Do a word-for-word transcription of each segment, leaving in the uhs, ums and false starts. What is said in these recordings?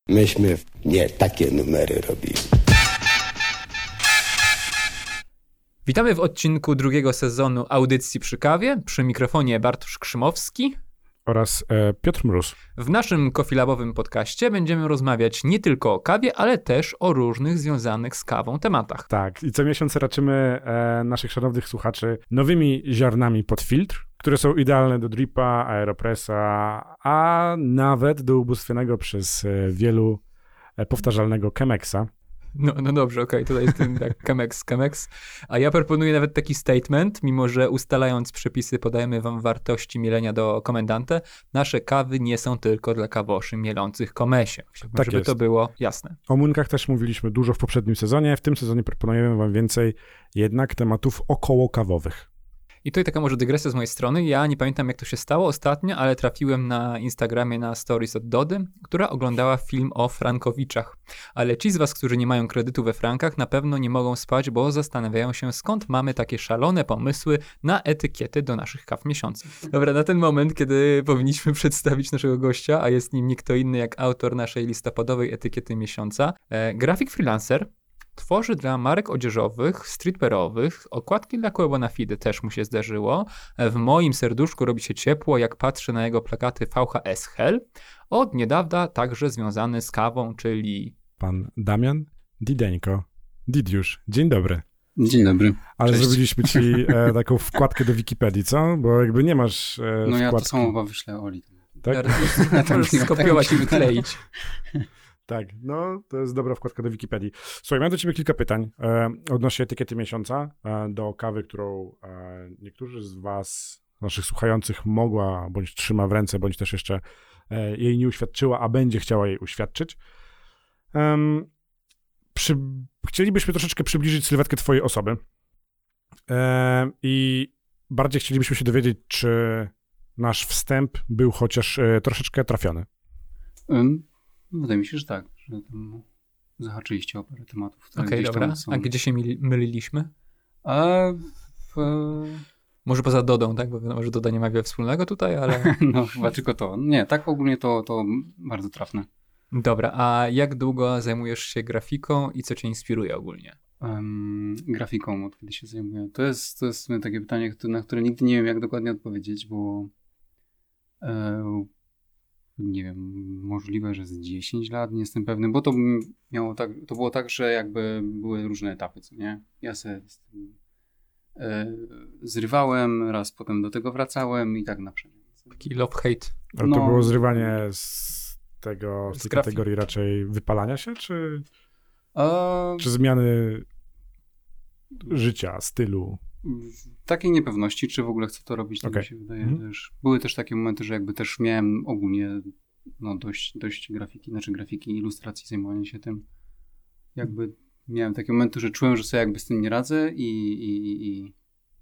Myśmy nie takie numery robili. Witamy w odcinku drugiego sezonu Audycji przy kawie. Przy mikrofonie Bartosz Krzymowski oraz e, Piotr Mróz. W naszym kofilabowym podcaście będziemy rozmawiać nie tylko o kawie, ale też o różnych związanych z kawą tematach. Tak, i co miesiąc raczymy e, naszych szanownych słuchaczy nowymi ziarnami pod filtr, które są idealne do dripa, aeropressa, a nawet do ubóstwionego przez e, wielu e, powtarzalnego Chemexa. No, no dobrze, okej, okay, tutaj jest ten tak, Chemex, Chemex. A ja proponuję nawet taki statement, mimo że ustalając przepisy podajemy wam wartości mielenia do komendante, nasze kawy nie są tylko dla kawoszy mielących komesie. Chciałbym, tak żeby jest. to było jasne. O munkach też mówiliśmy dużo w poprzednim sezonie, w tym sezonie proponujemy wam więcej jednak tematów około kawowych. I tutaj taka może dygresja z mojej strony. Ja nie pamiętam, jak to się stało ostatnio, ale trafiłem na Instagramie na stories od Dody, która oglądała film o frankowiczach. Ale ci z was, którzy nie mają kredytu we frankach, na pewno nie mogą spać, bo zastanawiają się, skąd mamy takie szalone pomysły na etykiety do naszych kaw miesiąca. Dobra, na ten moment, kiedy powinniśmy przedstawić naszego gościa, a jest nim nie kto inny jak autor naszej listopadowej etykiety miesiąca, e, grafik freelancer, tworzy dla marek odzieżowych, streetwearowych, okładki dla Quo Bonafide też mu się zdarzyło. W moim serduszku robi się ciepło, jak patrzę na jego plakaty V H S Hell. Od niedawna także związany z kawą, czyli... Pan Damian Dideńko. Didiusz, dzień dobry. Dzień dobry. Ale Cześć. Zrobiliśmy ci e, taką wkładkę do Wikipedii, co? Bo jakby nie masz e, No ja wkładki. to samo chyba wyślę Oli. Tak? Możesz skopiować i wykleić. Tak, no to jest dobra wkładka do Wikipedii. Słuchaj, mam do ciebie kilka pytań e, odnośnie etykiety miesiąca e, do kawy, którą e, niektórzy z was, naszych słuchających, mogła bądź trzyma w ręce, bądź też jeszcze e, jej nie uświadczyła, a będzie chciała jej uświadczyć. Um, przy, chcielibyśmy troszeczkę przybliżyć sylwetkę twojej osoby e, i bardziej chcielibyśmy się dowiedzieć, czy nasz wstęp był chociaż e, troszeczkę trafiony. Um. Wydaje mi się, że tak, że tam zahaczyliście o parę tematów, które Okej, gdzieś dobra. tam są. A gdzie się myli, myliliśmy? A w... Może poza Dodą, tak? Bo wiadomo, że Doda nie ma wiele wspólnego tutaj, ale... No chyba tylko to. Nie, tak ogólnie to, to bardzo trafne. Dobra, a jak długo zajmujesz się grafiką i co cię inspiruje ogólnie? Um, grafiką, od kiedy się zajmuję. To jest, to jest takie pytanie, na które nigdy nie wiem, jak dokładnie odpowiedzieć, bo e, nie wiem, możliwe, że z dziesięć lat, nie jestem pewny, bo to miało tak, to było tak, że jakby były różne etapy, co nie? Ja se z tym, e, zrywałem, raz potem do tego wracałem i tak na przykład. Taki love-hate. Ale No. to było zrywanie z tego, z tej Z grafiki. kategorii raczej wypalania się, czy, A, czy zmiany życia, stylu? w takiej niepewności, czy w ogóle chcę to robić, tak Okay. mi się wydaje Mhm. też. Były też takie momenty, że jakby też miałem ogólnie no dość, dość grafiki, znaczy grafiki, ilustracji, zajmowania się tym. Jakby miałem takie momenty, że czułem, że sobie jakby z tym nie radzę i i, i,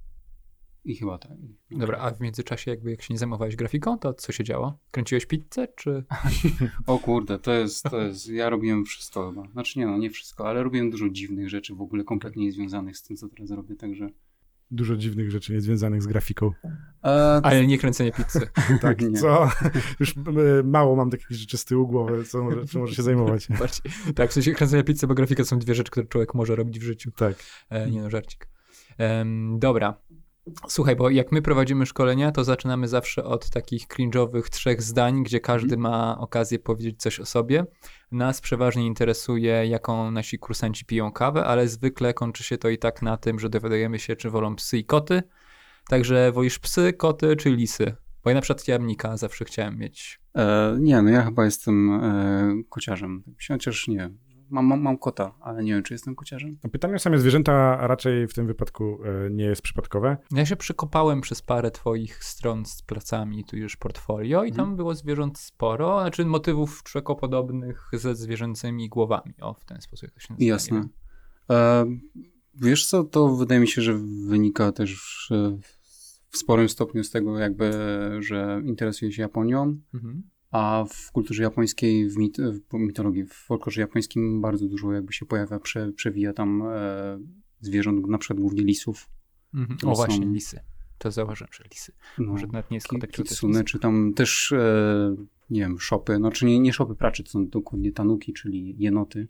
i chyba tak. Dobra, a w międzyczasie jakby jak się nie zajmowałeś grafiką, to co się działo? Kręciłeś pizzę, czy... O kurde, to jest, to jest, ja robiłem wszystko chyba. Znaczy nie no, nie wszystko, ale robiłem dużo dziwnych rzeczy w ogóle kompletnie niezwiązanych z tym, co teraz robię, także... Dużo dziwnych rzeczy niezwiązanych z grafiką. A, Ale nie kręcenie pizzy. Tak, Nie. co? Już e, mało mam takich rzeczy z tyłu głowy, co może, co może się zajmować. Bardziej. Tak, w sensie kręcenie pizzy, bo grafika to są dwie rzeczy, które człowiek może robić w życiu. Tak. E, nie no, żarcik. Em, dobra. Słuchaj, bo jak my prowadzimy szkolenia, to zaczynamy zawsze od takich cringe'owych trzech zdań, gdzie każdy ma okazję powiedzieć coś o sobie. Nas przeważnie interesuje, jaką nasi kursanci piją kawę, ale zwykle kończy się to i tak na tym, że dowiadujemy się, czy wolą psy i koty. Także wolisz psy, koty czy lisy? Bo ja na przykład jamnika zawsze chciałem mieć. e, nie, no ja chyba jestem e, kociarzem. Chociaż nie, mam, mam, mam kota, ale nie wiem, czy jestem kociarzem. No, pytanie o same zwierzęta raczej w tym wypadku e, nie jest przypadkowe. Ja się przekopałem przez parę twoich stron z pracami, tu już portfolio i tam Mhm. było zwierząt sporo, znaczy motywów człekopodobnych ze zwierzęcymi głowami. O, w ten sposób jak to się nazywa. nie Jasne. wiem. E, wiesz co, to wydaje mi się, że wynika też e, w sporym stopniu z tego jakby, że interesuję się Japonią, Mhm. a w kulturze japońskiej, w, mit, w mitologii, w folklorze japońskim bardzo dużo jakby się pojawia, prze, przewija tam e, zwierząt, na przykład głównie lisów. Mhm. To O są- właśnie, lisy. To zauważyłem, że lisy. No, Może nawet nie jest kotek, czy to jest Kitsune, lisy. czy tam też, e, nie wiem, szopy, no czy nie, nie szopy praczy, to są dokładnie tanuki, czyli jenoty.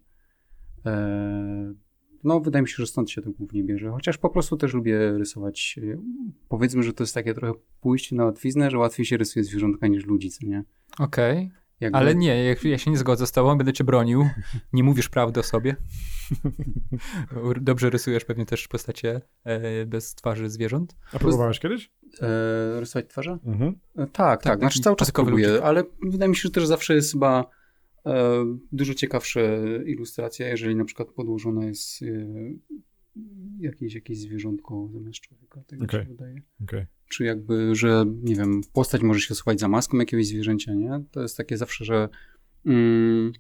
E, no wydaje mi się, że stąd się to głównie bierze, chociaż po prostu też lubię rysować. E, powiedzmy, że to jest takie trochę pójście na łatwiznę, że łatwiej się rysuje zwierzątka niż ludzi, co nie? Okej. Jakby... Ale nie, ja, ja się nie zgodzę z tobą, będę cię bronił. Nie mówisz prawdy o sobie. Dobrze rysujesz pewnie też postacie e, bez twarzy zwierząt. A próbowałeś kiedyś? E, rysować twarze? Mhm. E, tak, tak, Tak, znaczy taki cały czas patykowy próbuję, ludzik. ale wydaje mi się, że też zawsze jest chyba e, dużo ciekawsze ilustracja, jeżeli na przykład podłożona jest e, jakieś, jakieś zwierzątko zamiast człowieka, tak mi Okej. się wydaje. Okej. Czy jakby, że nie wiem, postać może się schować za maską jakiegoś zwierzęcia, nie? To jest takie zawsze, że mm,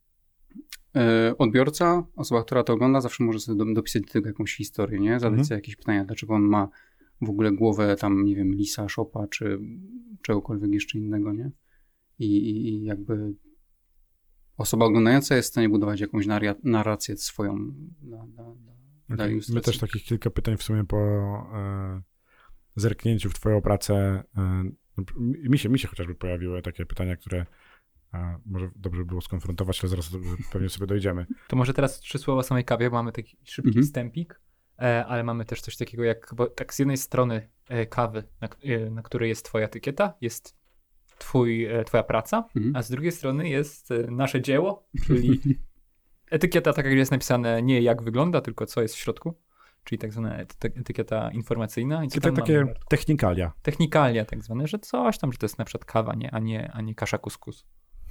e, odbiorca, osoba, która to ogląda, zawsze może sobie do, dopisać do tego jakąś historię, nie? Zadać Mhm. sobie jakieś pytania, dlaczego on ma w ogóle głowę tam, nie wiem, lisa, szopa, czy czegokolwiek jeszcze innego, nie? I, i, i jakby osoba oglądająca jest w stanie budować jakąś naria- narrację swoją na, na, na, na Okay. My ilustracji. też takich kilka pytań w sumie po e, zerknięciu w twoją pracę, e, no, mi, się, mi się chociażby pojawiły takie pytania, które e, może dobrze by było skonfrontować, ale zaraz do, pewnie sobie dojdziemy. To może teraz trzy słowa o samej kawie. Mamy taki szybki Mhm. wstępik, e, ale mamy też coś takiego jak, bo tak z jednej strony e, kawy, na, k- e, na której jest twoja etykieta, jest twój, e, twoja praca, Mhm. a z drugiej strony jest e, nasze dzieło, czyli etykieta, tak jak jest napisane, nie jak wygląda, tylko co jest w środku, czyli tak zwana ety- etykieta informacyjna. I co Czyli to tam takie mamy? technikalia. Technikalia tak zwane, że coś tam, że to jest na przykład kawa, nie? A, nie, a nie kasza kuskus.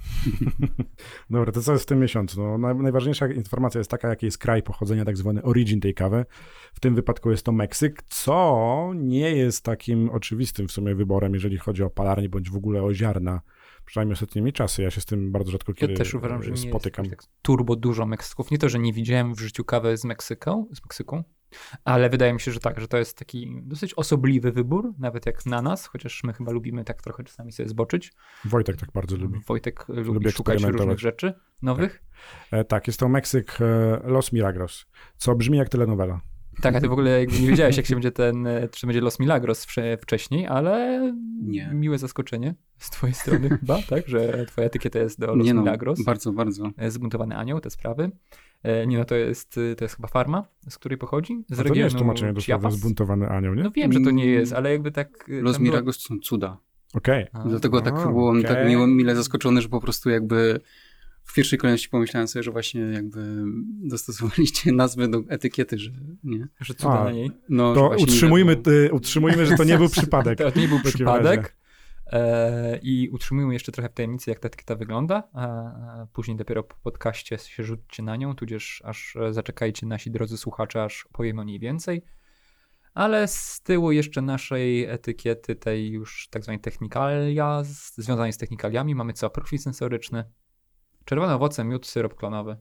Dobra, to co jest w tym miesiącu? No, naj, najważniejsza informacja jest taka, jaki jest kraj pochodzenia, tak zwany origin tej kawy. W tym wypadku jest to Meksyk, co nie jest takim oczywistym w sumie wyborem, jeżeli chodzi o palarnię, bądź w ogóle o ziarna. Przynajmniej ostatnimi czasy. Ja się z tym bardzo rzadko kiedy Ja też uważam, że nie spotykam. jest jakoś tak turbo dużo Meksyków. Nie to, że nie widziałem w życiu kawy z Meksyką, z Meksyku, ale wydaje mi się, że tak, że to jest taki dosyć osobliwy wybór, nawet jak na nas, chociaż my chyba lubimy tak trochę czasami sobie zboczyć. Wojtek tak bardzo lubi. Wojtek lubi Lubię szukać eksperymentować. różnych rzeczy nowych. E, tak, jest to Meksyk e, Los Milagros, co brzmi jak telenowela. Tak, a ty w ogóle jakby nie wiedziałeś, jak się będzie ten, czy będzie Los Milagros wcze- wcześniej, ale Nie. miłe zaskoczenie z twojej strony chyba, tak, że twoja etykieta jest do Los Nie no, Milagros. bardzo, bardzo. Zbuntowany anioł, te sprawy. E, Nie no, to jest, to jest chyba farma, z której pochodzi. Z A to nie jest regionu tłumaczenie dosłowne Chiapas. zbuntowany anioł, nie? No wiem, że to nie jest, ale jakby tak... e, Los tam było- Milagros to są cuda. Okej. A, Dlatego tak A, byłem okej. tak miło, mile zaskoczony, że po prostu jakby w pierwszej kolejności pomyślałem sobie, że właśnie jakby dostosowaliście nazwę do etykiety, że nie. Że cuda A, na niej. No, że To właśnie utrzymujmy, nie było. y, utrzymujmy, że to nie był przypadek. To, to nie był w takim przypadek. razie. E, I utrzymujmy jeszcze trochę w tajemnicy, jak ta etykieta wygląda. A, a później dopiero po podcaście się rzućcie na nią, tudzież aż e, zaczekajcie nasi drodzy słuchacze, aż powiemy o niej więcej. Ale z tyłu jeszcze naszej etykiety, tej już tak zwanej technikalia, z- związanej z technikaliami, mamy co? Profil sensoryczny, czerwone owoce, miód, syrop klonowy.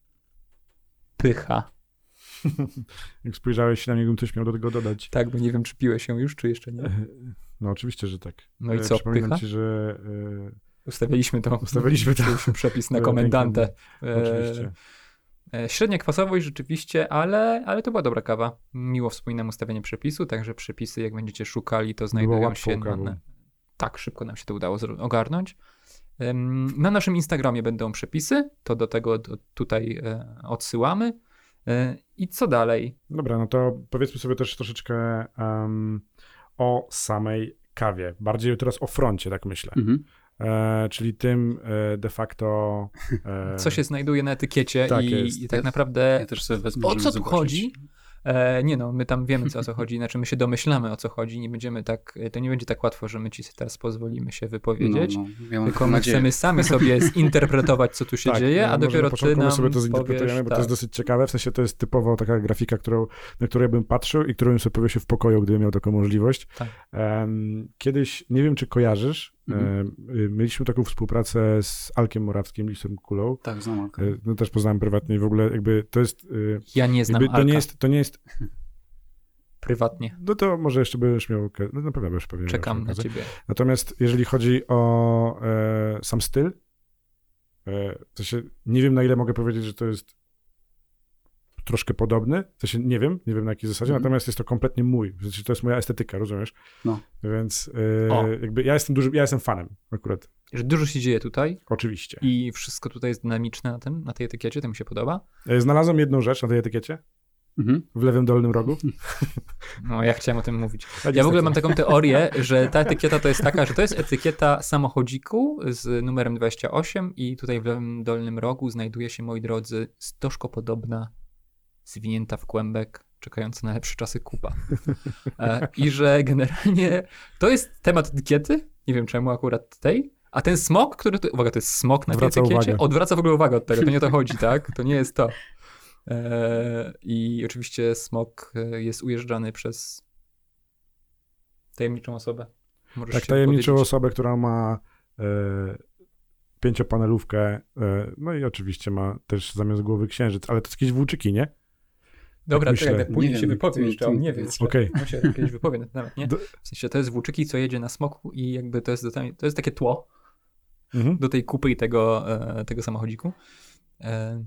Pycha. Jak spojrzałeś się na mnie, bym coś miał do tego dodać. Tak, bo nie wiem, czy piłeś się już, czy jeszcze nie. No oczywiście, że tak. No i E, co, Przypominam pycha? ci, że e, Ustawiliśmy to. Ustawiliśmy to. Ustawiliśmy przepis na Było komendantę. oczywiście. E, Średnia kwasowość rzeczywiście, ale, ale to była dobra kawa. Miło wspominam ustawienie przepisu, także przepisy, jak będziecie szukali, to znajdują łatwą się na, kawą. na, tak szybko nam się to udało zro- ogarnąć. Em, Na naszym Instagramie będą przepisy, to do tego do, tutaj e, odsyłamy. E, I co dalej? Dobra, no to powiedzmy sobie też troszeczkę em, o samej kawie. Bardziej teraz o froncie, tak myślę. Mhm. E, czyli tym e, de facto... E, Co się znajduje na etykiecie tak i, jest. i tak Ja- naprawdę Ja też sobie wezmę, o żeby co tu zobaczyć. chodzi? E, nie no, my tam wiemy co, o co chodzi, znaczy my się domyślamy o co chodzi, nie będziemy tak, to nie będzie tak łatwo, że my ci teraz pozwolimy się wypowiedzieć, No, no, ja mam tylko taką my nadzieję. chcemy sami sobie zinterpretować co tu się tak, dzieje, no, a może dopiero na ty początku nam my sobie to zinterpretujemy, powiesz, bo tak. to jest dosyć ciekawe. W sensie to jest typowo taka grafika, którą, na którą ja bym patrzył i którą bym sobie pojawił się w pokoju, gdybym miał taką możliwość. Tak. Em, kiedyś, nie wiem czy kojarzysz, Mhm. em, y, mieliśmy taką współpracę z Alkiem Morawskim, Lisem Kulą. Tak, znam Alka. E, No też poznałem prywatnie i w ogóle jakby to jest... y, Ja nie znam jakby to Alka nie jest, to nie jest, prywatnie, no to może jeszcze będziesz miał, oka- no na pewno będziesz pewnie miał czekam na okazję. ciebie. Natomiast jeżeli chodzi o e, sam styl, e, w sensie nie wiem na ile mogę powiedzieć, że to jest troszkę podobny, w sensie nie wiem, nie wiem na jakiej zasadzie, Mhm. natomiast jest to kompletnie mój, w sensie to jest moja estetyka, rozumiesz? No. Więc O. yy, jakby ja jestem duży, ja jestem fanem akurat, Że dużo się dzieje tutaj oczywiście. i wszystko tutaj jest dynamiczne na tym, na tej etykiecie, to mi się podoba. Yy, Znalazłem jedną rzecz na tej etykiecie, Mhm. w lewym dolnym rogu. No, ja chciałem o tym mówić. A Ja w ogóle niestety. mam taką teorię, że ta etykieta to jest taka, że to jest etykieta samochodziku z numerem dwadzieścia osiem i tutaj w lewym dolnym rogu znajduje się, moi drodzy, stożko podobna, zwinięta w kłębek, czekająca na lepsze czasy kupa. E, I że generalnie to jest temat etykiety, nie wiem czemu akurat tej, a ten smok, który, tu, uwaga, to jest smok na tej Odwraca etykiecie, uwagę. odwraca w ogóle uwagę od tego, to nie o to chodzi, tak? To nie jest to. E, I oczywiście smok e, jest ujeżdżany przez tajemniczą osobę. Możesz Tak, się tajemniczą powiedzieć. osobę, która ma e, pięciopanelówkę, e, no i oczywiście ma też zamiast głowy księżyc, ale to jest jakieś włóczyki, nie? Dobra, myślę. czekaj, tak później Nie się wiem, wypowie ty- jeszcze, ty- on nie ty- wie. Okej. On się kiedyś wypowie na ten temat, nie? Do- W sensie to jest włóczyki, co jedzie na smoku i jakby to jest, to jest takie tło Mhm. do tej kupy i tego, e, tego samochodziku. E,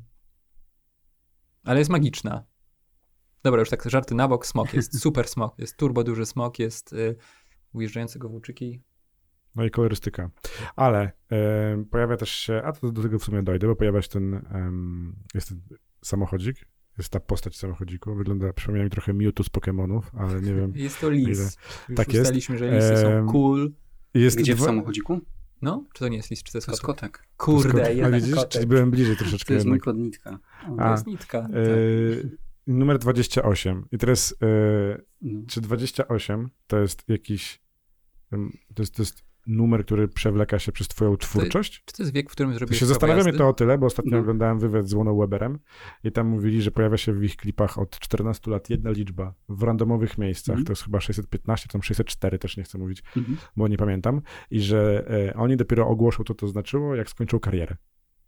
ale jest magiczna. Dobra, już tak żarty na bok, smok jest, super smok, jest turbo duży smok, jest y, ujeżdżającego włóczyki. No i kolorystyka. Ale e, pojawia też się, a to do tego w sumie dojdę, bo pojawia się ten, em, jest ten samochodzik, jest ta postać samochodziku, wygląda, przypomina mi trochę Mewtwo z Pokémonów, ale nie wiem. Jest to lis. Już Tak jest. ustaliliśmy, że lisy Em, są cool. Jest Gdzie w dwa- samochodziku? No? Czy to nie jest lis, czy to jest To jest kotek? kotek. Kurde, A jednak widzisz, kotek. czyli byłem bliżej troszeczkę To jest mój jednak. kod nitka. O, To A. jest nitka. E, numer dwadzieścia osiem. I teraz, e, no. czy dwadzieścia osiem to jest jakiś, em, to jest, to jest numer, który przewleka się przez twoją twórczość? Czy to jest wiek, w którym To zrobiłeś się prawo zastanawiam mnie jazdy? to o tyle, bo ostatnio No. oglądałem wywiad z Łoną Weberem i tam mówili, że pojawia się w ich klipach od czternastu lat jedna liczba w randomowych miejscach. Mhm. To jest chyba sześćset piętnaście, tam sześćset cztery też nie chcę mówić, Mhm. bo nie pamiętam. I że e, oni dopiero ogłoszą, co to znaczyło, jak skończą karierę.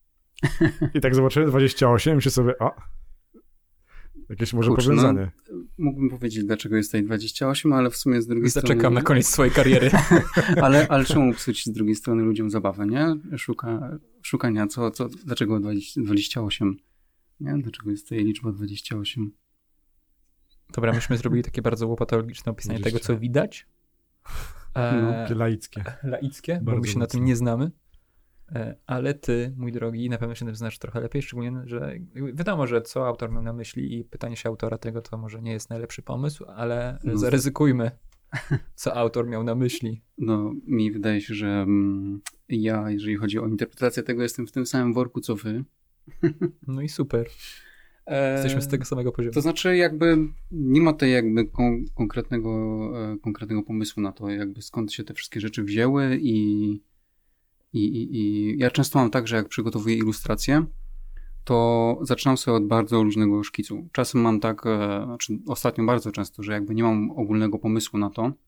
I tak zobaczyłem dwadzieścia osiem i się sobie, o, jakieś może Kurczę, powiązanie. Mógłbym powiedzieć, dlaczego jest tutaj dwadzieścia osiem, ale w sumie z drugiej Zaczekam strony... na koniec swojej kariery. ale, ale czemu psuć z drugiej strony ludziom zabawę, nie? Szuka, szukania, co, co, dlaczego dwadzieścia, dwadzieścia osiem? Nie? Dlaczego jest tutaj liczba dwadzieścia osiem? Dobra, myśmy zrobili takie bardzo łopatologiczne opisanie tego, co widać. E, Takie laickie. laickie, bo Bardzo my się na tym mocno. nie znamy. E, Ale ty, mój drogi, na pewno się tym znasz trochę lepiej, szczególnie, że wiadomo, że co autor miał na myśli i pytanie się autora tego to może nie jest najlepszy pomysł, ale No. zaryzykujmy, co autor miał na myśli. No, mi wydaje się, że mm, ja, jeżeli chodzi o interpretację tego, jestem w tym samym worku, co wy. No i super. E, Jesteśmy z tego samego poziomu. To znaczy jakby nie ma tutaj jakby kon- konkretnego, e, konkretnego pomysłu na to, jakby skąd się te wszystkie rzeczy wzięły i, i, i, i ja często mam tak, że jak przygotowuję ilustrację, to zaczynam sobie od bardzo różnego szkicu. Czasem mam tak, e, znaczy ostatnio bardzo często, że jakby nie mam ogólnego pomysłu na to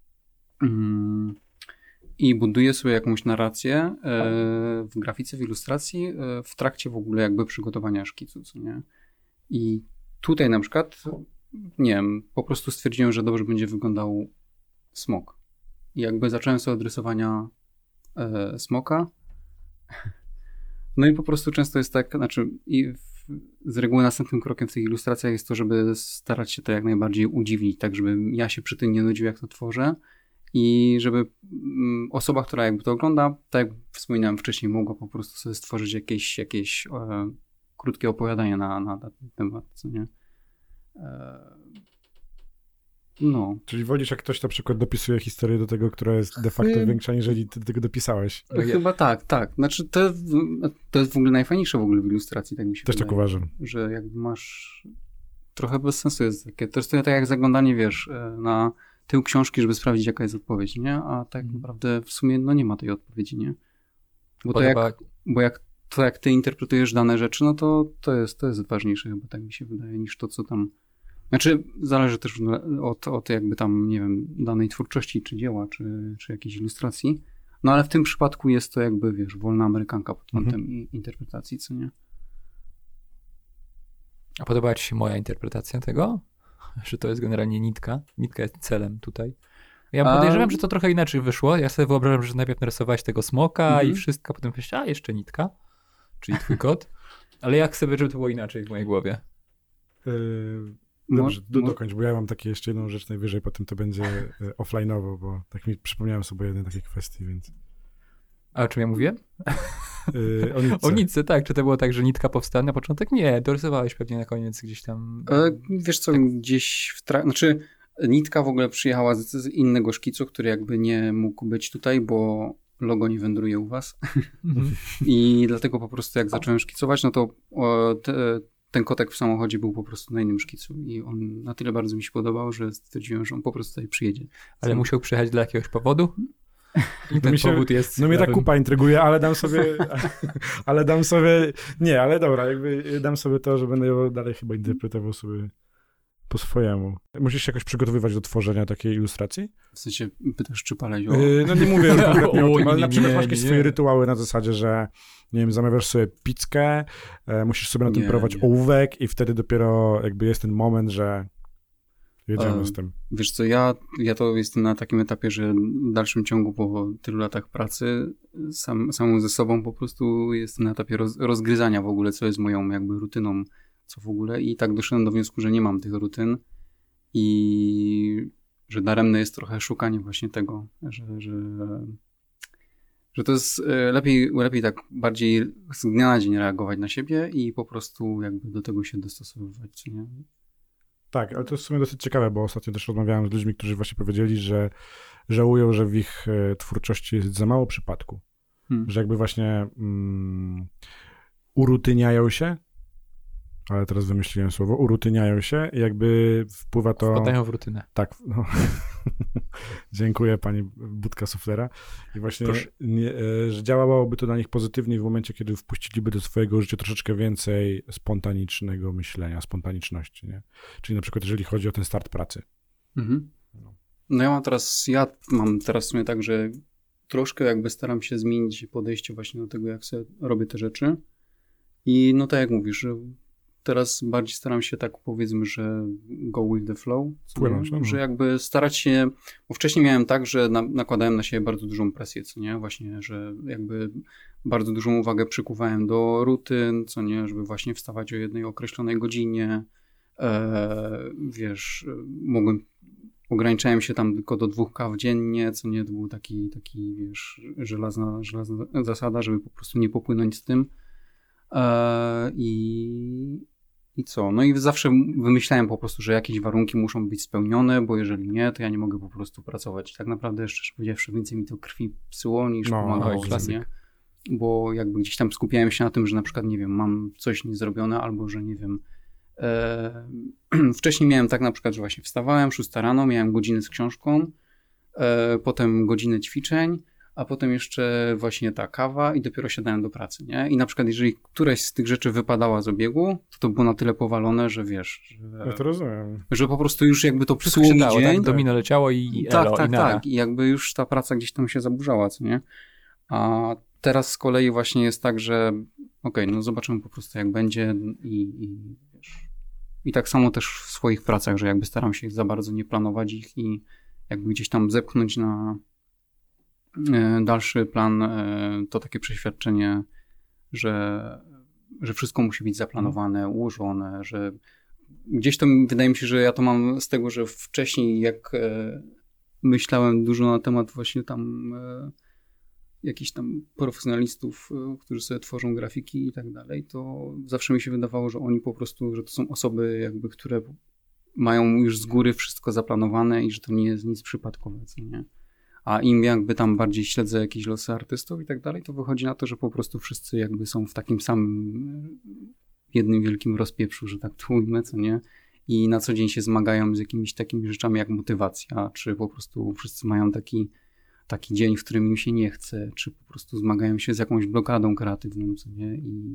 mm, i buduję sobie jakąś narrację e, w grafice, w ilustracji e, w trakcie w ogóle jakby przygotowania szkicu, co nie? I tutaj na przykład, nie wiem, po prostu stwierdziłem, że dobrze będzie wyglądał smok. I jakby zacząłem sobie od rysowania e, smoka. No i po prostu często jest tak, znaczy i w, z reguły następnym krokiem w tych ilustracjach jest to, żeby starać się to jak najbardziej udziwnić, tak żeby ja się przy tym nie nudził, jak to tworzę i żeby mm, osoba, która jakby to ogląda, tak jak wspominałem wcześniej, mogła po prostu sobie stworzyć jakieś, jakieś e, krótkie opowiadanie na, na, na ten temat, co nie? E, no. Czyli wolisz, jak ktoś na przykład dopisuje historię do tego, która jest de facto Chy- większa, niżeli ty do tego dopisałeś. No ja- Chyba tak, tak. Znaczy to, to jest w ogóle najfajniejsze w ogóle w ilustracji, tak mi się Też tak wydaje. uważam. Że jakby masz... Trochę bez sensu jest takie. To jest tak jak zaglądanie, wiesz, na tył książki, żeby sprawdzić, jaka jest odpowiedź, nie? A tak Mhm. naprawdę w sumie no nie ma tej odpowiedzi, nie? Bo to Podoba, jak, bo jak to jak ty interpretujesz dane rzeczy, no to to jest, to jest ważniejsze chyba, tak mi się wydaje, niż to, co tam... Znaczy, zależy też od, od jakby tam, nie wiem, danej twórczości, czy dzieła, czy, czy jakiejś ilustracji. No ale w tym przypadku jest to jakby, wiesz, wolna amerykanka pod kątem Mhm. i- interpretacji, co nie? A podobała ci się moja interpretacja tego? Że to jest generalnie nitka. Nitka jest celem tutaj. Ja A- podejrzewam, że to trochę inaczej wyszło. Ja sobie wyobrażam, że najpierw narysowałeś tego smoka Mhm. i wszystko, potem myślałeś, a jeszcze nitka, czyli twój kot. Ale jak chcę, żeby to było inaczej w mojej głowie. Yy, dobrze, do, dokończ, bo ja mam takie jeszcze jedną rzecz najwyżej, potem to będzie yy, offline'owo, bo tak mi przypomniałem sobie o jednej takiej kwestii, więc... A o czym ja mówiłem? Yy, o, nitce. O nitce, tak. Czy to było tak, że nitka powstała na początek? Nie, dorysowałeś pewnie na koniec gdzieś tam. E, wiesz co, tak. gdzieś w trakcie, znaczy nitka w ogóle przyjechała z, z innego szkicu, który jakby nie mógł być tutaj, bo logo nie wędruje u was. Mhm. I dlatego po prostu jak zacząłem szkicować, no to o, te, ten kotek w samochodzie był po prostu na innym szkicu i on na tyle bardzo mi się podobał, że stwierdziłem, że on po prostu tutaj przyjedzie. Ale Co? musiał przyjechać dla jakiegoś powodu? I ten mi się, powód jest... No mnie ta prawym... kupa intryguje, ale dam sobie, ale dam sobie, nie, ale dobra, jakby dam sobie to, że będę ją dalej chyba interpretował sobie po swojemu. Musisz się jakoś przygotowywać do tworzenia takiej ilustracji? W sensie pytasz, czy palezio? Yy, no nie mówię konkretnie o O, tym, ale nie, na przykład nie, masz jakieś nie. swoje rytuały na zasadzie, że nie wiem, zamawiasz sobie pizzkę, e, musisz sobie na tym Nie, próbować nie. ołówek i wtedy dopiero jakby jest ten moment, że jedziemy E, z tym. Wiesz co, ja, ja to jestem na takim etapie, że w dalszym ciągu po tylu latach pracy sam, samą ze sobą po prostu jestem na etapie roz, rozgryzania w ogóle, co jest moją jakby rutyną, co w ogóle i tak doszedłem do wniosku, że nie mam tych rutyn i że daremne jest trochę szukanie właśnie tego, że, że, że to jest e, lepiej, lepiej tak bardziej z dnia na dzień reagować na siebie i po prostu jakby do tego się dostosowywać, co nie? Tak, ale to jest w sumie dosyć ciekawe, bo ostatnio też rozmawiałem z ludźmi, którzy właśnie powiedzieli, że żałują, że w ich e, twórczości jest za mało przypadku. Hmm. Że jakby właśnie mm, urutyniają się, ale teraz wymyśliłem słowo, urutyniają się i jakby wpływa to... Wpadają w rutynę. Tak, no. Dziękuję pani Budka Suflera. I właśnie, nie, e, że działałoby to na nich pozytywnie w momencie, kiedy wpuściliby do swojego życia troszeczkę więcej spontanicznego myślenia, spontaniczności, nie? Czyli na przykład, jeżeli chodzi o ten start pracy. Mhm. No ja mam teraz, ja mam teraz w sumie tak, że troszkę jakby staram się zmienić podejście właśnie do tego, jak sobie robię te rzeczy. I no tak jak mówisz, że teraz bardziej staram się tak powiedzmy, że go with the flow, co Płynąć, nie? no. Że jakby starać się, bo wcześniej miałem tak, że na, nakładałem na siebie bardzo dużą presję, co nie, właśnie, że jakby bardzo dużą uwagę przykuwałem do rutyn, co nie, żeby właśnie wstawać o jednej określonej godzinie, e, wiesz, mogłem, ograniczałem się tam tylko do dwóch kaw dziennie, co nie, to był taki, taki wiesz, żelazna, żelazna zasada, żeby po prostu nie popłynąć z tym. E, I I co? No i zawsze wymyślałem po prostu, że jakieś warunki muszą być spełnione, bo jeżeli nie, to ja nie mogę po prostu pracować. Tak naprawdę, szczerze powiedziawszy, więcej mi to krwi psyło niż No, pomagało. oj, nie? Bo jakby gdzieś tam skupiałem się na tym, że na przykład, nie wiem, mam coś niezrobione albo, że nie wiem, e, wcześniej miałem tak na przykład, że właśnie wstawałem, szósta rano, miałem godzinę z książką, e, potem godzinę ćwiczeń, a potem jeszcze właśnie ta kawa i dopiero siadałem do pracy, nie? I na przykład jeżeli któraś z tych rzeczy wypadała z obiegu, to to było na tyle powalone, że wiesz, że, Ja to rozumiem. że po prostu już jakby to Wszystko psuło się mi dało, dzień. tak? Domino leciało i Tak, elo, tak, i nara. tak. I jakby już ta praca gdzieś tam się zaburzała, co nie? A teraz z kolei właśnie jest tak, że okej, okay, no zobaczymy po prostu jak będzie i, i wiesz. I tak samo też w swoich pracach, że jakby staram się za bardzo nie planować ich i jakby gdzieś tam zepchnąć na dalszy plan, to takie przeświadczenie, że, że wszystko musi być zaplanowane, ułożone, że gdzieś to wydaje mi się, że ja to mam z tego, że wcześniej jak myślałem dużo na temat właśnie tam jakichś tam profesjonalistów, którzy sobie tworzą grafiki i tak dalej, to zawsze mi się wydawało, że oni po prostu, że to są osoby jakby, które mają już z góry wszystko zaplanowane i że to nie jest nic przypadkowe, co nie? A im jakby tam bardziej śledzę jakieś losy artystów i tak dalej, to wychodzi na to, że po prostu wszyscy jakby są w takim samym jednym wielkim rozpieprzu, że tak to ujmę, co nie? I na co dzień się zmagają z jakimiś takimi rzeczami jak motywacja, czy po prostu wszyscy mają taki, taki dzień, w którym im się nie chce, czy po prostu zmagają się z jakąś blokadą kreatywną, co nie? I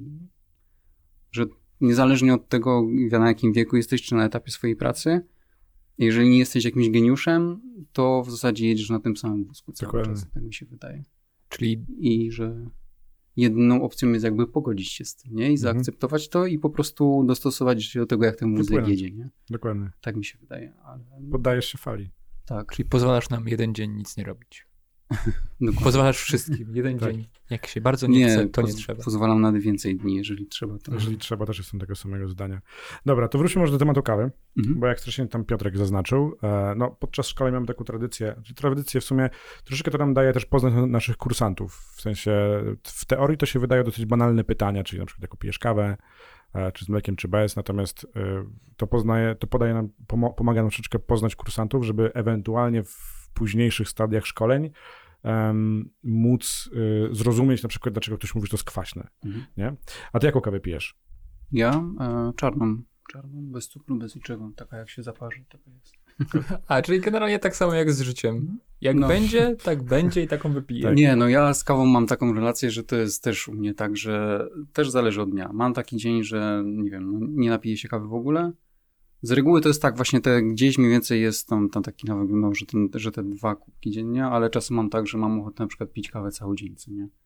że niezależnie od tego, na jakim wieku jesteś, czy na etapie swojej pracy, jeżeli nie jesteś jakimś geniuszem, to w zasadzie jedziesz na tym samym wózku cały Dokładnie. czas, tak mi się wydaje. Czyli I że jedyną opcją jest jakby pogodzić się z tym, nie? I Mhm. zaakceptować to i po prostu dostosować się do tego, jak ten wózek Wypłynąć. jedzie, nie? Dokładnie. Tak mi się wydaje, ale Poddajesz się fali. tak. Czyli pozwalasz nam jeden dzień nic nie robić. Dokładnie. Pozwalasz wszystkim, jeden Tak. dzień. Jak się bardzo nie, Nie, chce, to nie poz- trzeba. pozwalam na więcej dni, jeżeli trzeba. To... Jeżeli trzeba, też jestem tego samego zdania. Dobra, to wróćmy może do tematu kawy, Mhm. bo jak wcześniej tam Piotrek zaznaczył, e, no podczas szkoleń mamy taką tradycję, czy tradycję w sumie troszeczkę to nam daje też poznać naszych kursantów, w sensie w teorii to się wydają dosyć banalne pytania, czyli na przykład jak pijesz kawę, e, czy z mlekiem, czy bez, natomiast e, to poznaje, to podaje nam, pomo- pomaga nam troszeczkę poznać kursantów, żeby ewentualnie w późniejszych stadiach szkoleń um, móc y, zrozumieć na przykład, dlaczego ktoś mówi, że to jest kwaśne, Mhm. nie? A ty jaką kawę pijesz? Ja e, czarną. Czarną, bez cukru, bez niczego. Taka jak się zaparzy, taka jest. A, czyli generalnie tak samo jak z życiem. Jak No. będzie, tak będzie i taką wypiję. Nie, no ja z kawą mam taką relację, że to jest też u mnie tak, że też zależy od dnia. Mam taki dzień, że nie wiem, no, nie napiję się kawy w ogóle. Z reguły to jest tak właśnie, te, gdzieś mniej więcej jest tam, tam taki nawet, no, że, ten, że te dwa kubki dziennie, ale czasem mam tak, że mam ochotę na przykład pić kawę cały dzień, co nie?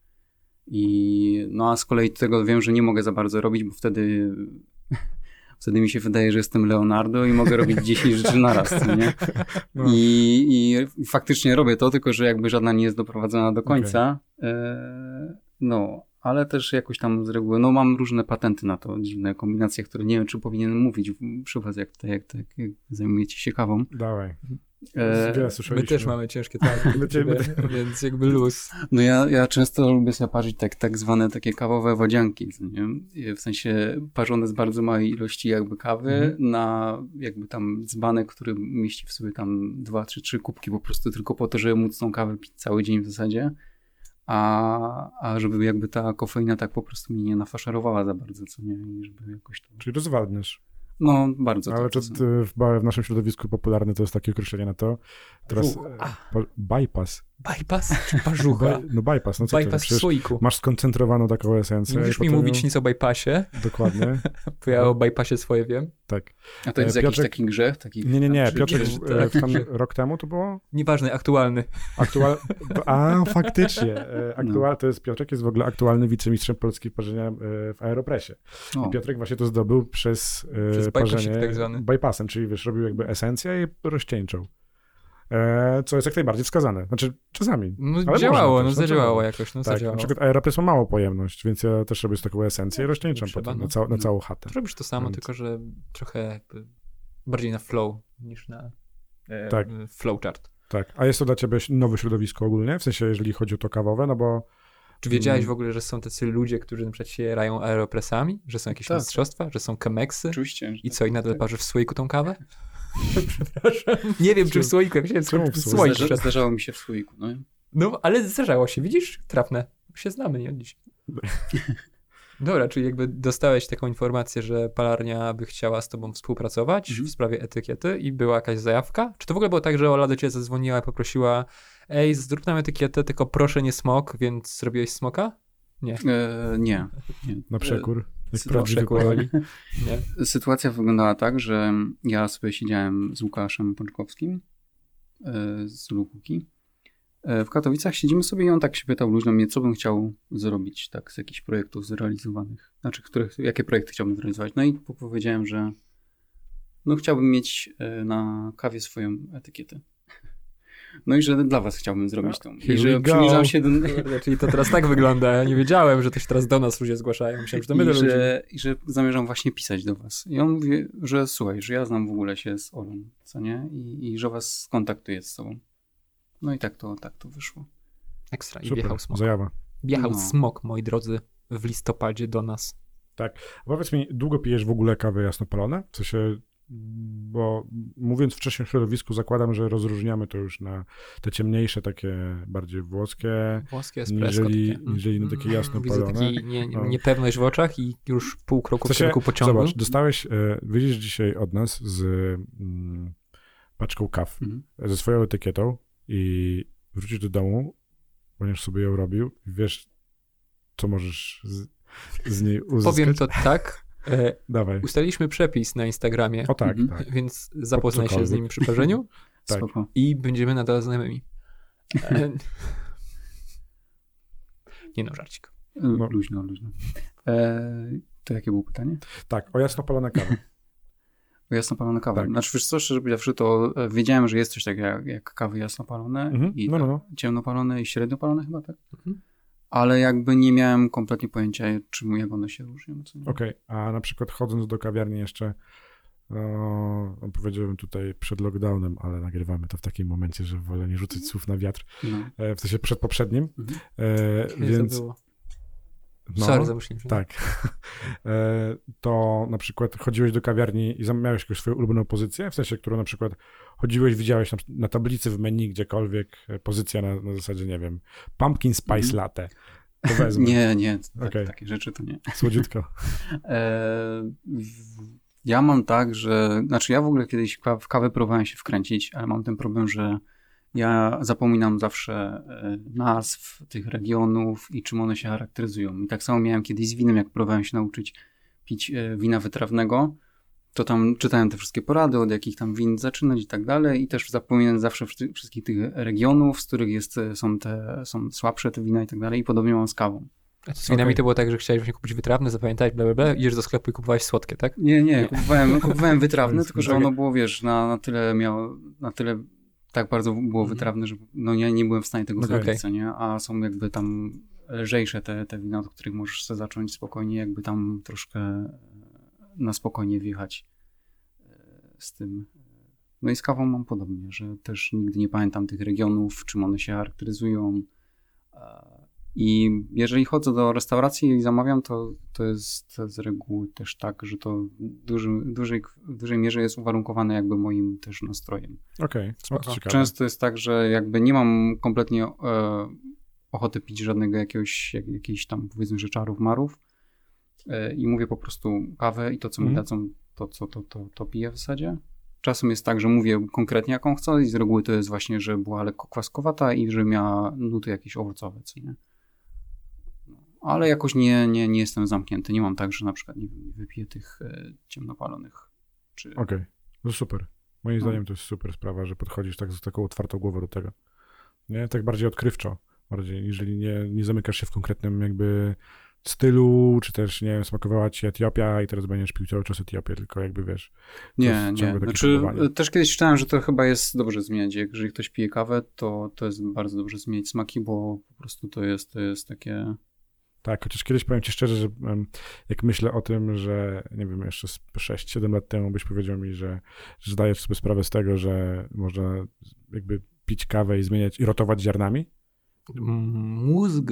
I no a z kolei tego wiem, że nie mogę za bardzo robić, bo wtedy wtedy mi się wydaje, że jestem Leonardo i mogę robić dziesięć rzeczy naraz, co nie? No. I, I faktycznie robię to, tylko że jakby żadna nie jest doprowadzona do końca. E, no, ale też jakoś tam z reguły, no mam różne patenty na to, dziwne kombinacje, które nie wiem, czy powinienem mówić w- przy was, jak, jak, jak, jak zajmujecie się kawą. Dawaj. E, Wiele My słyszeliśmy. też mamy ciężkie targi, My cię- my więc jakby luz. no ja, ja często lubię sobie parzyć tak, tak zwane takie kawowe wodzianki, co nie? I w sensie parzone z bardzo małej ilości jakby kawy Mhm. na jakby tam dzbanek, który mieści w sobie tam dwa, trzy, trzy kubki po prostu tylko po to, żeby móc tą kawę pić cały dzień w zasadzie. A, a żeby jakby ta kofeina tak po prostu mnie nie nafaszerowała za bardzo, co nie? I żeby jakoś to... Czyli rozwadniesz. No, bardzo. Ale tak, to, to to w, ba- w naszym środowisku popularne to jest takie określenie na to. Teraz Żuch. e, pa- bypass. Bypass czy parzucha? By, no bypass, no co ty? Bypass w Przecież słoiku. masz skoncentrowaną taką esencję. Nie i musisz mi potem mówić ją- nic o bypassie, Dokładnie, bo ja o bypassie swoje wiem. tak. A to jest E, jakiś Piotrek- taki grzech? Taki, Nie, nie, nie, tam, czy- Piotrek czy- w- e, w tam rok temu to było? Nieważny, aktualny. Aktual... A, faktycznie. E, Aktual... To jest Piotrek, jest w ogóle aktualny wicemistrzem Polski w parzenia e, w Aeropressie. O, I Piotrek właśnie to zdobył przez, e, Przez bypassik parzenie tak zwany. bypassem, czyli wiesz, robił jakby esencję i rozcieńczał. E, co jest jak najbardziej wskazane. Znaczy, czasami. No Ale działało, można no też, no zadziałało działało. jakoś, no Tak, na zadziałało. przykład Aeropress ma małą pojemność, więc ja też robię z taką esencję i rozcieńczam trzeba, potem no. na, cał, na No. całą chatę. Robisz to samo, Więc- tylko że trochę jakby bardziej na flow niż na e, Tak. flowchart. Tak. A jest to dla ciebie nowe środowisko ogólnie? W sensie, jeżeli chodzi o to kawowe, no bo Czy wiedziałeś Mm. w ogóle, że są tacy ludzie, którzy na przykład się rają aeropressami? Że są jakieś Tak. mistrzostwa? Że są kemeksy? oczywiście. że I tak. co, i nadal parzysz w słoiku tą kawę? Przepraszam. Nie wiem, czy w słoiku, jak się Czemu w skończy w słoiku? słoik Zdarza, wszedł. zdarzało mi się w słoiku, no. No, ale zdarzało się, widzisz? Trafne. Się znamy, nie od dziś. Dobra, czyli jakby dostałeś taką informację, że palarnia by chciała z tobą współpracować Mhm. w sprawie etykiety i była jakaś zajawka? Czy to w ogóle było tak, że Ola do ciebie zadzwoniła i poprosiła, ej, zrób nam etykietę, tylko proszę nie smok, więc zrobiłeś smoka? Nie. E, nie. nie. na przekór. Jak Sy- prawdziwy przekór. Polak. Nie. Sytuacja wyglądała tak, że ja sobie siedziałem z Łukaszem Pączkowskim e, z Lukuki. E, w Katowicach siedzimy sobie i on tak się pytał luźno mnie, co bym chciał zrobić tak z jakichś projektów zrealizowanych. Znaczy, których, jakie projekty chciałbym zrealizować. No i po- powiedziałem, że no chciałbym mieć e, na kawie swoją etykietę. No i że dla was chciałbym zrobić tą. Here I że we go. przybliżam się do... Kurde, czyli to teraz tak wygląda. Ja nie wiedziałem, że to się teraz do nas ludzie zgłaszają. Myślałem, że to my do I, ludzi. że, I że zamierzam właśnie pisać do was. I on mówi, że słuchaj, że ja znam w ogóle się z Olą, co nie? I, i że was skontaktuję z sobą. No i tak to, tak to wyszło. Ekstra. I Super, wjechał smok. zajawa. Wjechał No. smok, moi drodzy, w listopadzie do nas. A powiedz mi, długo pijesz w ogóle kawy jasnopalone? W sensie, bo mówiąc wcześniej o środowisku, zakładam, że rozróżniamy to już na te ciemniejsze, takie bardziej włoskie, Włoskie espresso. niżeli, takie. niżeli na takie jasno Widzę palone. taki nie, No. niepewność w oczach i już pół kroku W w sensie, kierunku pociągu. Zobacz, dostałeś, e, wyjdziesz dzisiaj od nas z mm, paczką kaw, Mhm. ze swoją etykietą i wrócisz do domu, będziesz sobie ją robił i wiesz, co możesz z, z niej uzyskać. Powiem to tak. E, Dawaj. ustaliliśmy przepis na Instagramie, O tak, Mhm. tak. więc zapoznaj się z cokolwiek. nim przy parzeniu Tak. Spoko. i będziemy nadal znajomymi. E, nie no, żarcik. No. Luźno, luźno. E, to jakie było pytanie? Tak, o jasno palone kawy. Jasnopalone kawy. Tak. Znaczy, wiesz co, szczerze powiedziawszy, to e, wiedziałem, że jest coś takiego jak, jak kawy jasnopalone Mhm. i No, no, no. ciemnopalone i średniopalone chyba, tak? Mhm. Ale jakby nie miałem kompletnie pojęcia, czym, jak one się różnią. Co nie? Okej, a na przykład chodząc do kawiarni jeszcze, no, powiedziałbym tutaj przed lockdownem, ale nagrywamy to w takim momencie, że wolę nie rzucać słów na wiatr, No. e, w sensie przed poprzednim, Mhm. e, Kiedy więc... to było? No, Sorry, zamyśliłem się. tak. E, to na przykład chodziłeś do kawiarni i zam- miałeś jakąś swoją ulubioną pozycję, w sensie, którą na przykład chodziłeś, widziałeś na, na tablicy w menu gdziekolwiek, e, pozycja na, na zasadzie, nie wiem, pumpkin spice Mhm. latte. To wezmę. Nie, nie, tak, Okej. takie rzeczy to nie. Słodziutko. E, w- ja mam tak, że, znaczy ja w ogóle kiedyś w ka- w kawę próbowałem się wkręcić, ale mam ten problem, że ja zapominam zawsze e, nazw tych regionów i czym one się charakteryzują. I tak samo miałem kiedyś z winem, jak próbowałem się nauczyć pić e, wina wytrawnego, to tam czytałem te wszystkie porady, od jakich tam win zaczynać i tak dalej i też zapominam zawsze wszy- wszystkich tych regionów, z których jest, e, są te, są słabsze te wina i tak dalej i podobnie mam z kawą. A to z winami Okej. to było tak, że chciałeś właśnie kupić wytrawne, zapamiętać, bla, bla, bla, idziesz do sklepu i kupowałeś słodkie, tak? Nie, nie, kupowałem, kupowałem wytrawne, To jest tylko że takie- ono było, wiesz, na, na tyle miało, na tyle tak bardzo było wytrawne, że no nie, nie byłem w stanie tego Okej. zrobić, co nie? A są jakby tam lżejsze te, te wina, od których możesz sobie zacząć spokojnie, jakby tam troszkę na spokojnie wjechać e, z tym. No i z kawą mam podobnie, że też nigdy nie pamiętam tych regionów, czym one się charakteryzują. E, I jeżeli chodzę do restauracji i zamawiam, to, to jest z reguły też tak, że to w duży, dużej, w dużej mierze jest uwarunkowane jakby moim też nastrojem. Okej, no to Spoko. ciekawe. Często jest tak, że jakby nie mam kompletnie e, ochoty pić żadnego jakiegoś, jak, jakichś tam powiedzmy, że czarów, marów e, i mówię po prostu kawę i to, co mi Mhm. dadzą, to, co, to, to, to piję w zasadzie. Czasem jest tak, że mówię konkretnie jaką chcę i z reguły to jest właśnie, że była lekko kwaskowata i że miała nuty jakieś owocowe, co nie? Ale jakoś nie, nie, nie jestem zamknięty. Nie mam tak, że na przykład nie wiem, wypiję tych e, ciemnopalonych. Czy... Okej, no super. Moim No. zdaniem to jest super sprawa, że podchodzisz tak z taką otwartą głową do tego. Nie, tak bardziej odkrywczo, bardziej, jeżeli nie, nie zamykasz się w konkretnym jakby stylu, czy też, nie wiem, smakowała ci Etiopia i teraz będziesz pił cały czas Etiopię, tylko jakby wiesz. to Nie, jest nie. ciągle takie Znaczy, próbowanie. też kiedyś czytałem, że to chyba jest dobrze zmieniać. Jeżeli ktoś pije kawę, to, to jest bardzo dobrze zmieniać smaki, bo po prostu to jest, to jest takie... Tak, chociaż kiedyś powiem ci szczerze, że em, jak myślę o tym, że nie wiem, jeszcze z sześć siedem lat temu byś powiedział mi, że, że zdajesz sobie sprawę z tego, że można jakby pić kawę i zmieniać i rotować ziarnami. Mózg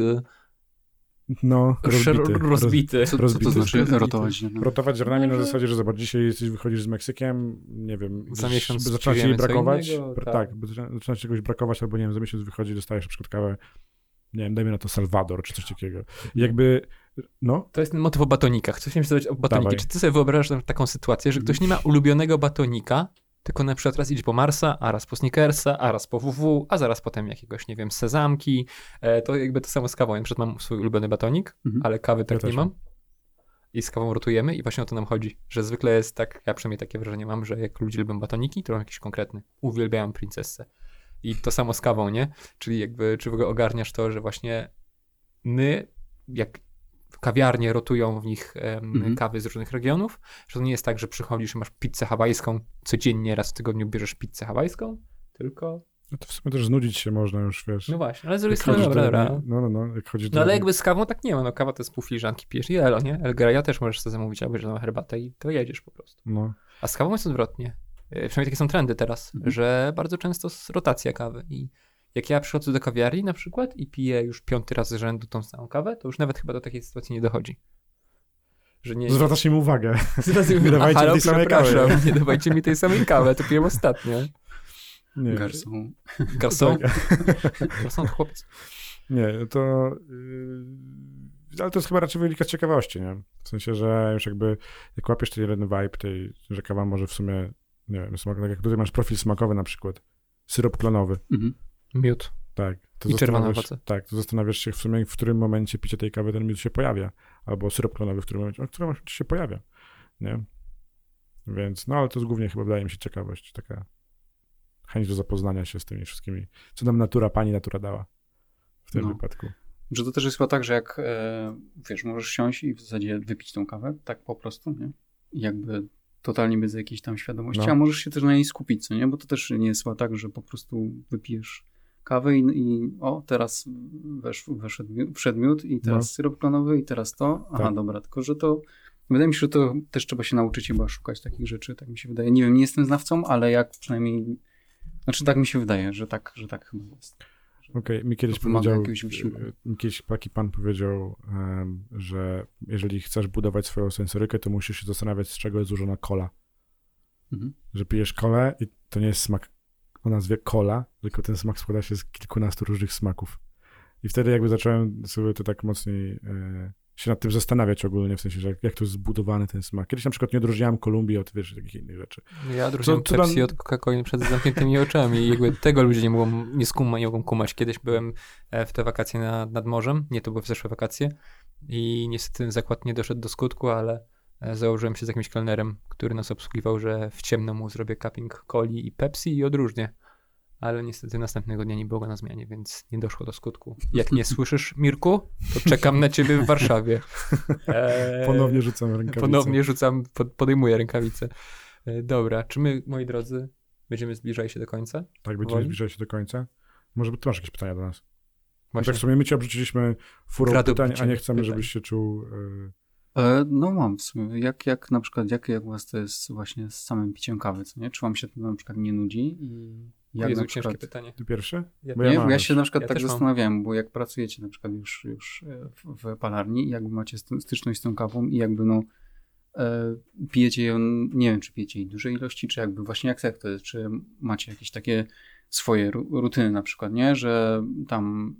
No, rozbity. rozbity. Co, co Rozbity. to znaczy Rozbity. rotować? No. Rotować ziarnami na Może- zasadzie, że zobacz, dzisiaj jesteś, wychodzisz z Meksykiem, nie wiem, Za gdzieś miesiąc zaczyna ci jej czujemy co brakować, innego, br- tak. tak, bo zaczyna zaczyna ci czegoś brakować, albo nie wiem, za miesiąc wychodzi, dostajesz na przykład kawę, nie wiem, dajmy na to Salwador, czy coś takiego. I jakby, no, To jest ten motyw o batonikach. Chcę się zadać o batoniki. Dawaj. Czy ty sobie wyobrażasz tam taką sytuację, że ktoś nie ma ulubionego batonika, tylko na przykład raz idzie po Marsa, a raz po Snickersa, a raz po W W, a zaraz potem jakiegoś, nie wiem, sezamki. E, to jakby to samo z kawą. Ja na przykład mam swój ulubiony batonik, Mhm. ale kawy tak też nie mam. I z kawą rotujemy i właśnie o to nam chodzi, że zwykle jest tak, ja przynajmniej takie wrażenie mam, że jak ludzie lubią batoniki, to mam jakiś konkretny. Uwielbiam princessę. I to samo z kawą, nie? Czyli jakby, czy w ogóle ogarniasz to, że właśnie my, jak kawiarnie rotują w nich em, Mhm. kawy z różnych regionów, że to nie jest tak, że przychodzisz i masz pizzę hawajską, codziennie raz w tygodniu bierzesz pizzę hawajską, tylko... no to w sumie też znudzić się można już, wiesz. No właśnie, ale z drugiej Jak strony, chodzisz dobra, do- dobra. No, no, no, jak chodzisz do... No ale jakby z kawą tak nie ma, no kawa to jest pół filiżanki, pijesz i elo, nie? El Greja też możesz sobie zamówić, albo że na herbatę i to jedziesz po prostu. No, A z kawą jest odwrotnie. Yy, Przynajmniej takie są trendy teraz, Mhm. że bardzo często jest rotacja kawy i jak ja przychodzę do kawiarni na przykład i piję już piąty raz z rzędu tą samą kawę, to już nawet chyba do takiej sytuacji nie dochodzi. Że nie... zwracasz im uwagę. Zwracam- Nie dawajcie A, halo, mi tej samej kawy. przepraszam, nie dawajcie mi tej samej kawy, to piłem ostatnio. Nie, Garson. Garçon? Tak. Garçon to chłopiec. Nie, to... Yy, ale to jest chyba raczej wynika z ciekawości, nie? W sensie, że już jakby jak łapiesz ten jeden vibe tej, że kawa może w sumie, nie wiem, smak, tak jak tutaj masz profil smakowy na przykład, syrop klonowy, Mhm. Miód. tak. To I czerwone zastanawiasz- owoce. Tak, to zastanawiasz się w sumie, w którym momencie picie tej kawy ten miód się pojawia, albo syrop klonowy, w którym momencie, w którym momencie się pojawia, nie? Więc, no ale to jest głównie chyba wydaje mi się ciekawość, taka chęć do zapoznania się z tymi wszystkimi, co nam natura, pani natura dała w tym No. wypadku. Że to też jest chyba tak, że jak, e, wiesz, możesz siąść i w zasadzie wypić tą kawę, tak po prostu, nie? I jakby totalnie bez jakiejś tam świadomości, No. a możesz się też na niej skupić, co nie? Bo to też nie jest chyba tak, że po prostu wypijesz kawę i, i o, teraz wesz, weszedł, wszedł miód i teraz No. syrop klonowy i teraz to. Aha, Tak. dobra, tylko że to wydaje mi się, że to też trzeba się nauczyć chyba szukać takich rzeczy, tak mi się wydaje. Nie wiem, nie jestem znawcą, ale jak przynajmniej, znaczy tak mi się wydaje, że tak, że tak chyba jest. Okej, mi kiedyś To wymaga powiedział, jakiegoś wysiłku. e, mi kiedyś taki pan powiedział, em, że jeżeli chcesz budować swoją sensorykę, to musisz się zastanawiać, z czego jest złożona cola. Mhm. Że pijesz kolę i to nie jest smak o nazwie cola, tylko ten smak składa się z kilkunastu różnych smaków. I wtedy jakby zacząłem sobie to tak mocniej e, się nad tym zastanawiać ogólnie, w sensie, że jak, jak to jest zbudowany ten smak. Kiedyś na przykład nie odróżniałem Kolumbii od, wiesz, takich innych rzeczy. Ja odróżniam co dla- Pepsi od Coca-Coli przed zamkniętymi oczami i jakby tego ludzie nie mogą, nie skuma, nie mogą kumać. Kiedyś byłem e, w te wakacje na, nad morzem, nie, to były w zeszłe wakacje i niestety ten zakład nie doszedł do skutku, ale e, założyłem się z jakimś kelnerem, który nas obsługiwał, że w ciemno mu zrobię cupping coli i Pepsi i odróżnię. Ale niestety następnego dnia nie było go na zmianie, więc nie doszło do skutku. Jak nie słyszysz, Mirku, to czekam na ciebie w Warszawie. Eee, Ponownie rzucam rękawicę. Ponownie rzucam, pod, podejmuję rękawicę. E, dobra, czy my, moi drodzy, będziemy zbliżali się do końca? Tak, będziemy Powoli? zbliżać się do końca. Może ty masz jakieś pytania do nas? Właśnie. Tak w sumie my cię obrzuciliśmy furą Gradu pytań, a obrzucenia nie chcemy, pytań. żebyś się czuł... e, E, no mam w sumie. Jak, jak na przykład, jak, jak u was to jest właśnie z samym piciem kawy, co nie? Czy wam się to na przykład nie nudzi? I O jak Jezu, na przykład... ciężkie pytanie. Ty pierwszy? Ja, Bo Nie, mam bo ja już. się na przykład Ja tak też mam. zastanawiałem, bo jak pracujecie na przykład już, już e, w, w palarni i jakby macie st- styczność z tą kawą i jakby no e, pijecie ją, nie wiem czy pijecie jej duże ilości, czy jakby właśnie jak, jak to jest, czy macie jakieś takie swoje ru- rutyny na przykład, nie? Że tam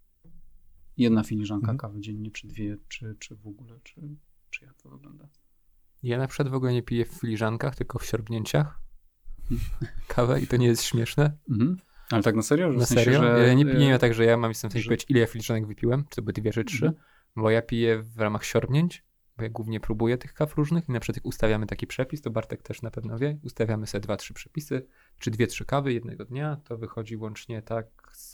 jedna filiżanka Mhm. kawy dziennie, czy dwie, czy, czy w ogóle, czy, czy jak to wygląda? ja na przykład w ogóle nie piję w filiżankach, tylko w siorbnięciach kawę i to nie jest śmieszne. Mhm. Ale tak na serio? Że Na w sensie, serio? że, Ja nie, nie e, ma tak, że ja mam jestem w stanie że- powiedzieć, ile ja filiżanek wypiłem, czy to były dwie czy trzy, Mhm. bo ja piję w ramach siorbnięć, bo ja głównie próbuję tych kaw różnych i na przykład jak ustawiamy taki przepis, to Bartek też na pewno wie, ustawiamy sobie dwa, trzy przepisy, czy dwie, trzy kawy jednego dnia, to wychodzi łącznie tak z,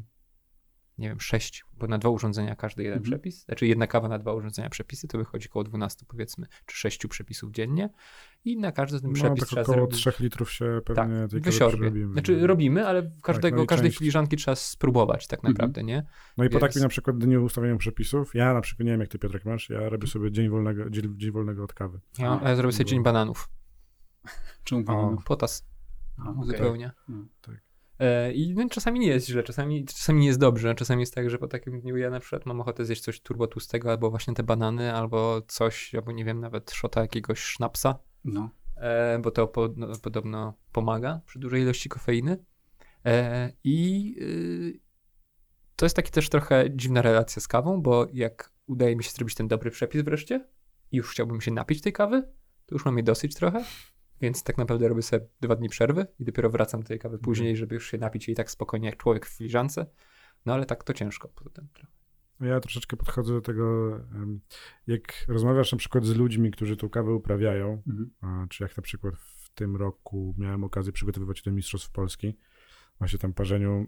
nie wiem, sześć, bo na dwa urządzenia każdy jeden Mhm. przepis, znaczy jedna kawa na dwa urządzenia przepisy, to wychodzi około dwunastu powiedzmy, czy sześciu przepisów dziennie i na każdy ten No, przepis tak trzeba około zrobić. trzech litrów się Tak, pewnie tej kawy wysiorbie. przerobimy. Znaczy robimy, ale każdego, no i każdej część- filiżanki trzeba spróbować tak Mhm. naprawdę, nie? No i po Więc- takim na przykład dniu ustawienia przepisów, ja na przykład, nie wiem jak ty Piotrek masz, ja robię sobie dzień wolnego, dzień, dzień wolnego od kawy. Ja, a ja zrobię sobie bo- dzień bananów. Czemu O. bananów? Potas. A, okej. Uzupełnia. No. Tak. E, I no, czasami nie jest źle, czasami, czasami nie jest dobrze. Czasami jest tak, że po takim dniu ja na przykład mam ochotę zjeść coś turbo tłustego, albo właśnie te banany, albo coś, albo nie wiem, nawet szota jakiegoś sznapsa, No. e, bo to po, no, podobno pomaga przy dużej ilości kofeiny. E, I y, to jest taki też trochę dziwna relacja z kawą, bo jak udaje mi się zrobić ten dobry przepis wreszcie i już chciałbym się napić tej kawy, to już mam jej dosyć trochę, więc tak naprawdę robię sobie dwa dni przerwy i dopiero wracam do tej kawy później, żeby już się napić jej tak spokojnie jak człowiek w filiżance. No ale tak to ciężko potem trochę. Ja troszeczkę podchodzę do tego, em, jak rozmawiasz na przykład z ludźmi, którzy tą kawę uprawiają, Mhm. a, czy jak na przykład w tym roku miałem okazję przygotowywać się do Mistrzostw Polski, właśnie tam parzeniu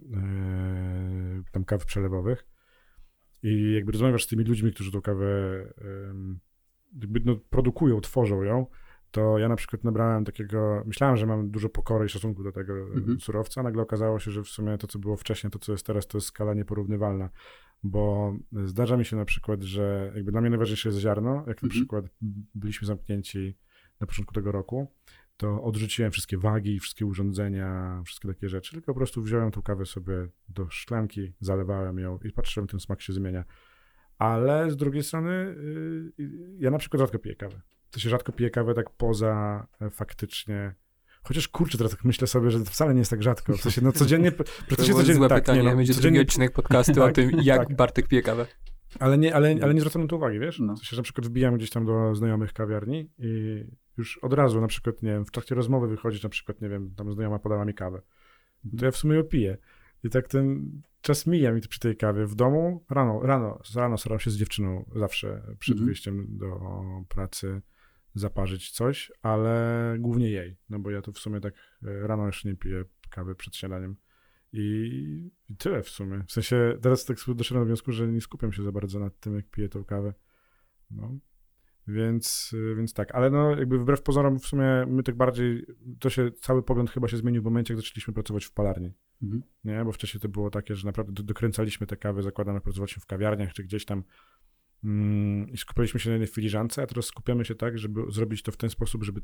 e, tam kaw przelewowych i jakby rozmawiasz z tymi ludźmi, którzy tą kawę em, jakby no, produkują, tworzą ją, to ja na przykład nabrałem takiego, myślałem, że mam dużo pokory i szacunku do tego Mhm. surowca, a nagle okazało się, że w sumie to, co było wcześniej, to, co jest teraz, to jest skala nieporównywalna, bo zdarza mi się na przykład, że jakby dla mnie najważniejsze jest ziarno, jak na Mhm. przykład byliśmy zamknięci na początku tego roku, to odrzuciłem wszystkie wagi, wszystkie urządzenia, wszystkie takie rzeczy, tylko po prostu wziąłem tą kawę sobie do szklanki, zalewałem ją i patrzyłem, ten smak się zmienia. Ale z drugiej strony yy, ja na przykład rzadko piję kawę. To się rzadko pije kawę tak poza e, faktycznie. Chociaż kurczę, teraz tak myślę sobie, że to wcale nie jest tak rzadko. W sensie, no codziennie. To praktycznie było codziennie złe tak, pytanie, nie, no, będzie drugi codziennie, odcinek podcastu o Tak, tym, jak tak. Bartek pije kawę. ale, nie, ale, ale nie zwracam na to uwagi, wiesz? No. W sensie, że na przykład wbijam gdzieś tam do znajomych kawiarni i już od razu na przykład, nie wiem, w trakcie rozmowy wychodzi na przykład, nie wiem, tam znajoma podała mi kawę. To ja w sumie ją piję. I tak ten czas mija mi przy tej kawie. W domu rano, rano, rano staram się z dziewczyną zawsze przed Mhm. wyjściem do pracy zaparzyć coś, ale głównie jej, no bo ja tu w sumie tak e, rano jeszcze nie piję kawy przed śniadaniem. I, I tyle w sumie. W sensie teraz tak sobie doszedłem do wniosku, że nie skupiam się za bardzo nad tym, jak piję tą kawę. No. Więc, więc tak, ale no jakby wbrew pozorom w sumie my tak bardziej, to się, cały pogląd chyba się zmienił w momencie, jak zaczęliśmy pracować w palarni. Mhm. Nie, bo wcześniej to było takie, że naprawdę do, dokręcaliśmy te kawy, zakładam, jak pracowaliśmy w kawiarniach, czy gdzieś tam mm, i skupialiśmy się na jednej filiżance, a teraz skupiamy się tak, żeby zrobić to w ten sposób, żeby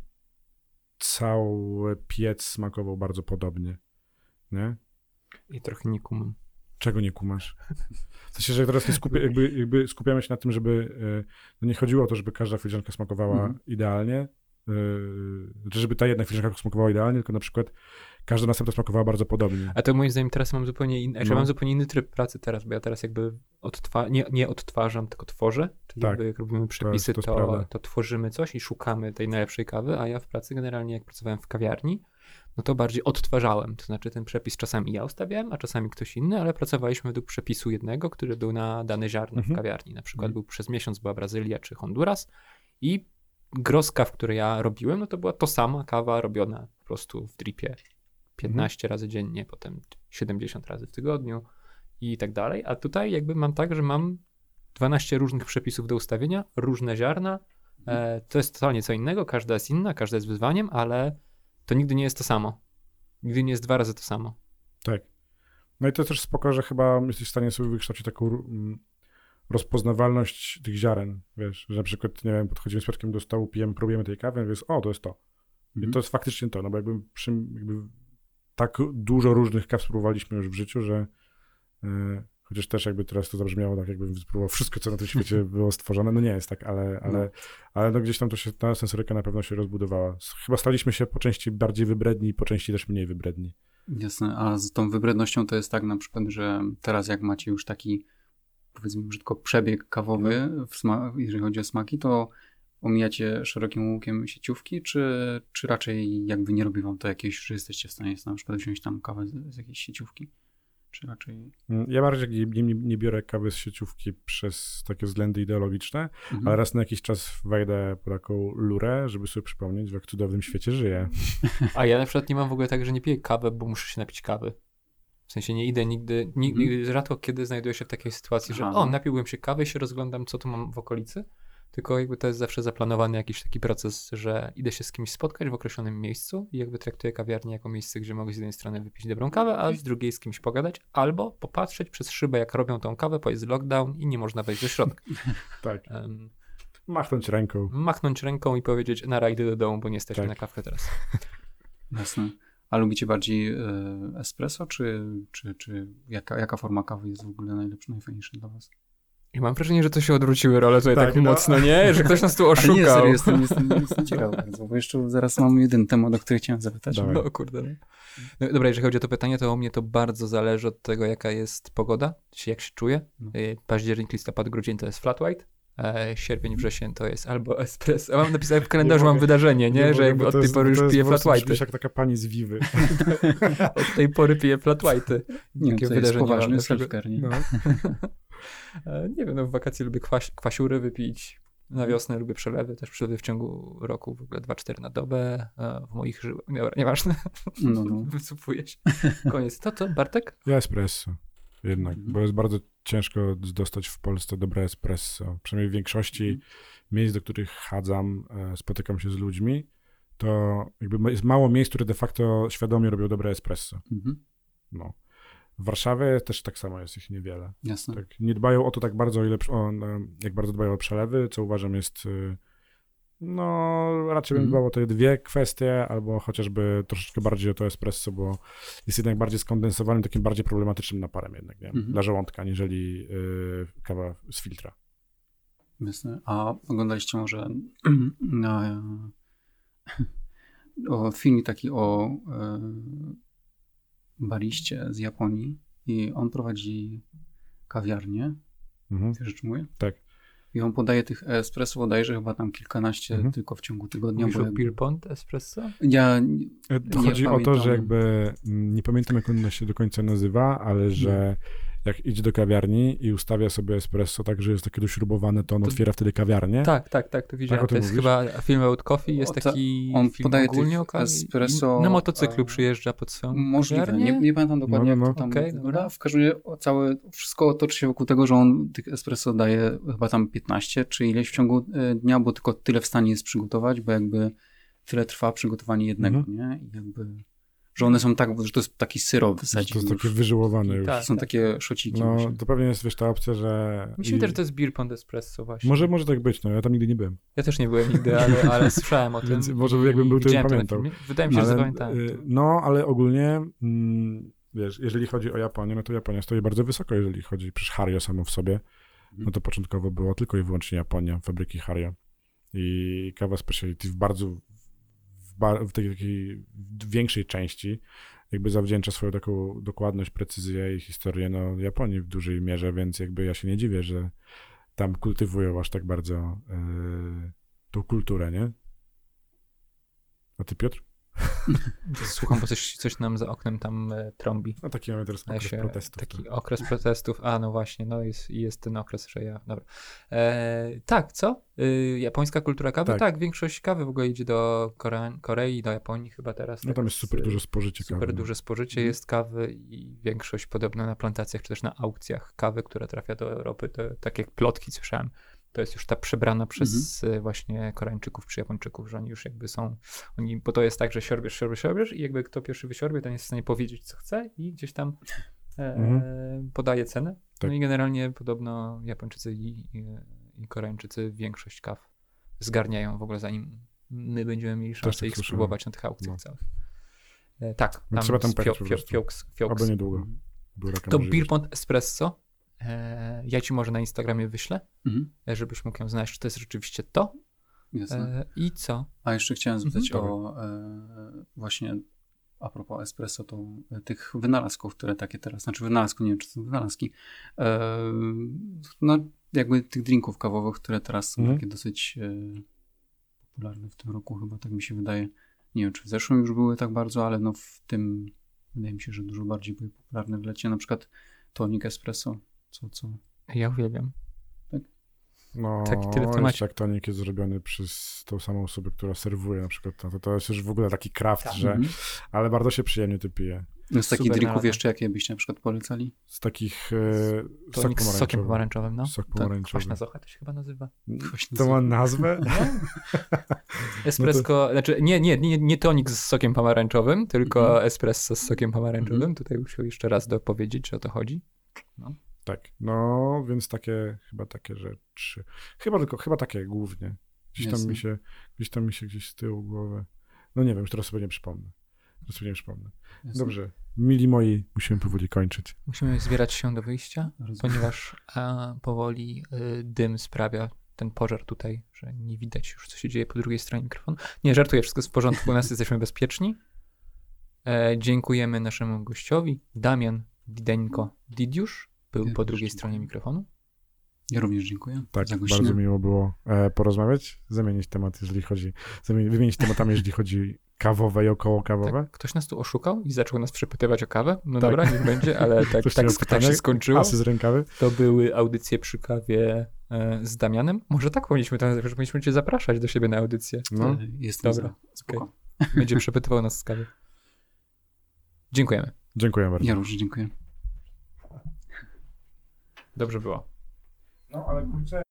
cały piec smakował bardzo podobnie. Nie? I trochę nie kumam. Czego nie kumasz? W sensie, że teraz nie skupia, jakby, jakby skupiamy się na tym, żeby no nie chodziło o to, żeby każda filiżanka smakowała mhm. idealnie, czy żeby ta jedna filiżanka smakowała idealnie, tylko na przykład każda następna smakowała bardzo podobnie. A to moim zdaniem teraz mam zupełnie inny, no. mam zupełnie inny tryb pracy teraz, bo ja teraz jakby odtwa- nie, nie odtwarzam, tylko tworzę, czyli tak, jakby jak robimy przepisy, to, to, to tworzymy coś i szukamy tej najlepszej kawy, a ja w pracy generalnie jak pracowałem w kawiarni, no to bardziej odtwarzałem, to znaczy ten przepis czasami ja ustawiałem, a czasami ktoś inny, ale pracowaliśmy według przepisu jednego, który był na dane ziarno mhm. w kawiarni. Na przykład mhm. był przez miesiąc była Brazylia czy Honduras i gros kaw, które ja robiłem, no to była to sama kawa robiona po prostu w dripie piętnaście mhm. razy dziennie, potem siedemdziesiąt razy w tygodniu i tak dalej. A tutaj jakby mam tak, że mam dwanaście różnych przepisów do ustawienia, różne ziarna. Mhm. E, to jest totalnie co innego, każda jest inna, każda jest wyzwaniem, ale to nigdy nie jest to samo. Nigdy nie jest dwa razy to samo. Tak. No i to też spoko, że chyba jesteś w stanie sobie wykształcić taką mm, rozpoznawalność tych ziaren, wiesz, że na przykład, nie wiem, podchodzimy z Piotrkiem do stołu, pijemy, próbujemy tej kawy, więc o, to jest to. Mhm. I to jest faktycznie to, no bo jakby, przy, jakby tak dużo różnych kaw spróbowaliśmy już w życiu, że yy, chociaż też jakby teraz to zabrzmiało tak, jakbym spróbował wszystko, co na tym świecie było stworzone, no nie jest tak, ale, ale, no. ale no gdzieś tam to się, ta sensoryka na pewno się rozbudowała. Chyba staliśmy się po części bardziej wybredni, po części też mniej wybredni. Jasne, a z tą wybrednością to jest tak na przykład, że teraz jak macie już taki, powiedzmy brzydko, przebieg kawowy, w sma- jeżeli chodzi o smaki, to omijacie szerokim łukiem sieciówki, czy, czy raczej jakby nie robi wam to jakieś, że jesteście w stanie na przykład wziąć tam kawę z, z jakiejś sieciówki? Czy raczej... Ja bardziej nie, nie, nie biorę kawy z sieciówki przez takie względy ideologiczne, mhm. ale raz na jakiś czas wejdę po taką lurę, żeby sobie przypomnieć, w jak cudownym świecie żyję. A ja na przykład nie mam w ogóle tak, że nie piję kawy, bo muszę się napić kawy. W sensie nie idę nigdy, nigdy mhm. rzadko kiedy znajduję się w takiej sytuacji, że Aha. o, napiłbym się kawy i się rozglądam, co tu mam w okolicy. Tylko jakby to jest zawsze zaplanowany jakiś taki proces, że idę się z kimś spotkać w określonym miejscu i jakby traktuję kawiarnię jako miejsce, gdzie mogę z jednej strony wypić dobrą kawę, a z drugiej z kimś pogadać, albo popatrzeć przez szybę, jak robią tą kawę, bo jest lockdown i nie można wejść do środka. Tak. Um, machnąć ręką. Machnąć ręką i powiedzieć, nara, idę do domu, bo nie jesteśmy tak. na kawkę teraz. Jasne. A lubicie bardziej y, espresso, czy, czy, czy jaka, jaka forma kawy jest w ogóle najlepsza, najfajniejsza dla was? I mam wrażenie, że to się odwróciły role tutaj tak, tak no. mocno, nie? Że ktoś nas tu oszukał. Nie, serio, jestem, jestem, jestem ciekaw bardzo, bo jeszcze zaraz mam jeden temat, o który chciałem zapytać. Dawaj. No kurde. No. No, dobra, jeżeli chodzi o to pytanie, to u mnie to bardzo zależy od tego, jaka jest pogoda, czy jak się czuję. No. Październik, listopad, grudzień to jest flat white, e, sierpień, wrzesień to jest albo espresso. A mam napisane w kalendarzu, mam wydarzenie, nie? nie że jakby od tej jest, pory już piję flat white. Jak taka pani z Wiwy. Od tej pory piję flat white. Nie, to jest poważny self-care, nie? No. Nie wiem, no w wakacje lubię kwaś, kwasiury wypić, na wiosnę lubię przelewy, też przelewy w ciągu roku w ogóle dwa cztery na dobę, w moich żyłach, dobra, nieważne, no, no. Wycupuję się. Koniec. To co, Bartek? Ja espresso jednak, mm. bo jest bardzo ciężko dostać w Polsce dobre espresso, przynajmniej w większości mm. miejsc, do których chadzam, spotykam się z ludźmi, to jakby jest mało miejsc, które de facto świadomie robią dobre espresso. Mm-hmm. No. W Warszawie też tak samo jest ich niewiele. Jasne. Tak, nie dbają o to tak bardzo, ile, o, jak bardzo dbają o przelewy, co uważam jest, no raczej mm. bym dbał o te dwie kwestie, albo chociażby troszeczkę bardziej o to espresso, bo jest jednak bardziej skondensowanym, takim bardziej problematycznym naparem jednak, nie? Mm-hmm. Dla żołądka, aniżeli y, kawa z filtra. Jasne. A oglądaliście może na, o filmie taki o y, bariście z Japonii i on prowadzi kawiarnię, mhm. wiesz, czy mówię? Tak. I on podaje tych espresso, bodajże chyba tam kilkanaście mhm. tylko w ciągu tygodnia. Mówisz o Beer Pond espresso? Ja to chodzi o to, że jakby, nie pamiętam jak on się do końca nazywa, ale że jak idzie do kawiarni i ustawia sobie espresso tak, że jest takie dośrubowane, to on To- otwiera wtedy kawiarnię. Tak, tak, tak, to widziałem. o tym To jest mówisz? chyba film About Coffee, jest O, ta- taki on film podaje ogólnie tych o kawie. espresso, Na motocyklu e, przyjeżdża pod swoją Możliwe, kawiarnię. nie, nie pamiętam dokładnie, No, no, jak no. to tam Okej, wygląda. dobra. W każdym razie o całe, wszystko toczy się wokół tego, że on tych espresso daje chyba tam piętnaście czy ileś w ciągu e, dnia, bo tylko tyle w stanie jest przygotować, bo jakby tyle trwa przygotowanie jednego, Mhm. nie? I jakby, że one są tak, że to jest taki syrop w Że zasadzie to jest już. takie wyżyłowane już. Tak. Są takie szociki. No, właśnie. to pewnie jest, wiesz, ta opcja, że... Mi się i- wydaje, że to jest beer pond espresso właśnie. Może, może tak być, no ja tam nigdy nie byłem. Ja też nie byłem nigdy, ale, ale słyszałem o tym. Więc może i jakbym był, to bym widziałem na pamiętał. filmie. Wydaje mi się, że Ale, zapamiętałem. y, no, ale ogólnie, mm, wiesz, jeżeli chodzi o Japonię, no to Japonia stoi bardzo wysoko, jeżeli chodzi, przecież Hario samo w sobie, no to początkowo było tylko i wyłącznie Japonia, fabryki Hario i kawa speciality w bardzo, w, bar, w tej takiej większej części jakby zawdzięcza swoją taką dokładność, precyzję i historię, no Japonii w dużej mierze, więc jakby ja się nie dziwię, że tam kultywują aż tak bardzo y, tą kulturę, nie? A ty, Piotr? Słucham, bo coś, coś nam za oknem tam e, trąbi. No taki mamy teraz Ja okres się, protestów. taki to- okres protestów. A, no właśnie, no jest, jest ten okres, że ja. Dobra. E, tak, co? Y, japońska kultura kawy? Tak. Tak. większość kawy w ogóle idzie do Kore- Korei, do Japonii chyba teraz. No tak tam jest super z- dużo spożycie Super kawy. duże spożycie jest kawy i większość podobno na plantacjach, czy też na aukcjach kawy, która trafia do Europy, to tak jak plotki słyszałem, to jest już ta przebrana przez y, właśnie Koreańczyków czy Japończyków, że oni już jakby są, oni, bo to jest tak, że siorbiesz, siorbiesz, siorbiesz i jakby kto pierwszy wysiorbie, ten jest w stanie powiedzieć, co chce i gdzieś tam e, Mhm. podaje cenę. Tak. No i generalnie podobno Japończycy i, i, i Koreańczycy większość kaw zgarniają w ogóle, zanim my będziemy mieli szansę tak ich słyszałem. spróbować na tych aukcjach No. całych. E, tak, No trzeba tam z pojechać Fio- po Fio- prostu. Fiox- Fiox. Albo niedługo. Była taka To możliwość. Beer Pond Espresso. E, ja ci może na Instagramie wyślę, Mhm. e, żebyś mógł ją znaleźć, czy to jest rzeczywiście to. Jasne. E, I co? A jeszcze chciałem zapytać Mhm. o e, właśnie a propos espresso, to e, tych wynalazków, które takie teraz, znaczy wynalazku, nie wiem, czy to są wynalazki, e, no jakby tych drinków kawowych, które teraz są Mhm. takie dosyć e, popularne w tym roku, chyba tak mi się wydaje. Nie wiem, czy w zeszłym już były tak bardzo, ale no w tym wydaje mi się, że dużo bardziej były popularne w lecie, na przykład tonik espresso, co, co Ja uwielbiam. No, Tak, tyle w temacie. jeszcze jak tonik jest zrobiony przez tą samą osobę, która serwuje na przykład, no to to jest już w ogóle taki kraft, że... Mhm. Ale bardzo się przyjemnie to pije. No z takich Super drinków nazwa. jeszcze jakie byście na przykład polecali? Z takich... E, sok Tonik z sokiem pomarańczowym, no. Sok Tak, pomarańczowy. kwaśna zocha to się chyba nazywa. Kwaśny To sok. ma nazwę? Espresso, znaczy nie, nie, nie, nie tonik z sokiem pomarańczowym, tylko Mhm. espresso z sokiem pomarańczowym. Mhm. Tutaj musiał jeszcze raz dopowiedzieć, czy o to chodzi. Tak, no więc takie, chyba takie rzeczy. Chyba tylko, chyba takie głównie. Gdzieś tam Jasne. mi się, gdzieś tam mi się gdzieś z tyłu głowy. No nie wiem, już teraz sobie nie przypomnę. Teraz sobie nie przypomnę. Jasne. Dobrze, mili moi, musimy powoli kończyć. Musimy zbierać się do wyjścia, Rozumiem. ponieważ a, powoli y, dym sprawia ten pożar tutaj, że nie widać już, co się dzieje po drugiej stronie mikrofonu. Nie, żartuję, wszystko jest w porządku, u nas jesteśmy bezpieczni. E, dziękujemy naszemu gościowi, Damian Dideńko Didiusz, był Ja po też drugiej dziękuję. stronie mikrofonu. Ja również dziękuję Tak, za gościnę. bardzo miło było e, porozmawiać, zamienić temat, jeżeli chodzi, zamienić, wymienić tematami, jeżeli chodzi kawowe i około kawowe. Tak, ktoś nas tu oszukał i zaczął nas przepytywać o kawę. No Tak. dobra, niech będzie, ale tak, Coś tak, miał tak pytanie? się skończyło. Asy z rękawy. To były audycje przy kawie e, z Damianem. Może tak powinniśmy to nazywać, że powinniśmy cię zapraszać do siebie na audycję. No, E, Jestem Dobra, za. Spoko. Będzie przepytywał nas z kawy. Dziękujemy. dziękuję bardzo. Ja również dziękuję. Dobrze było. No, ale kurczę,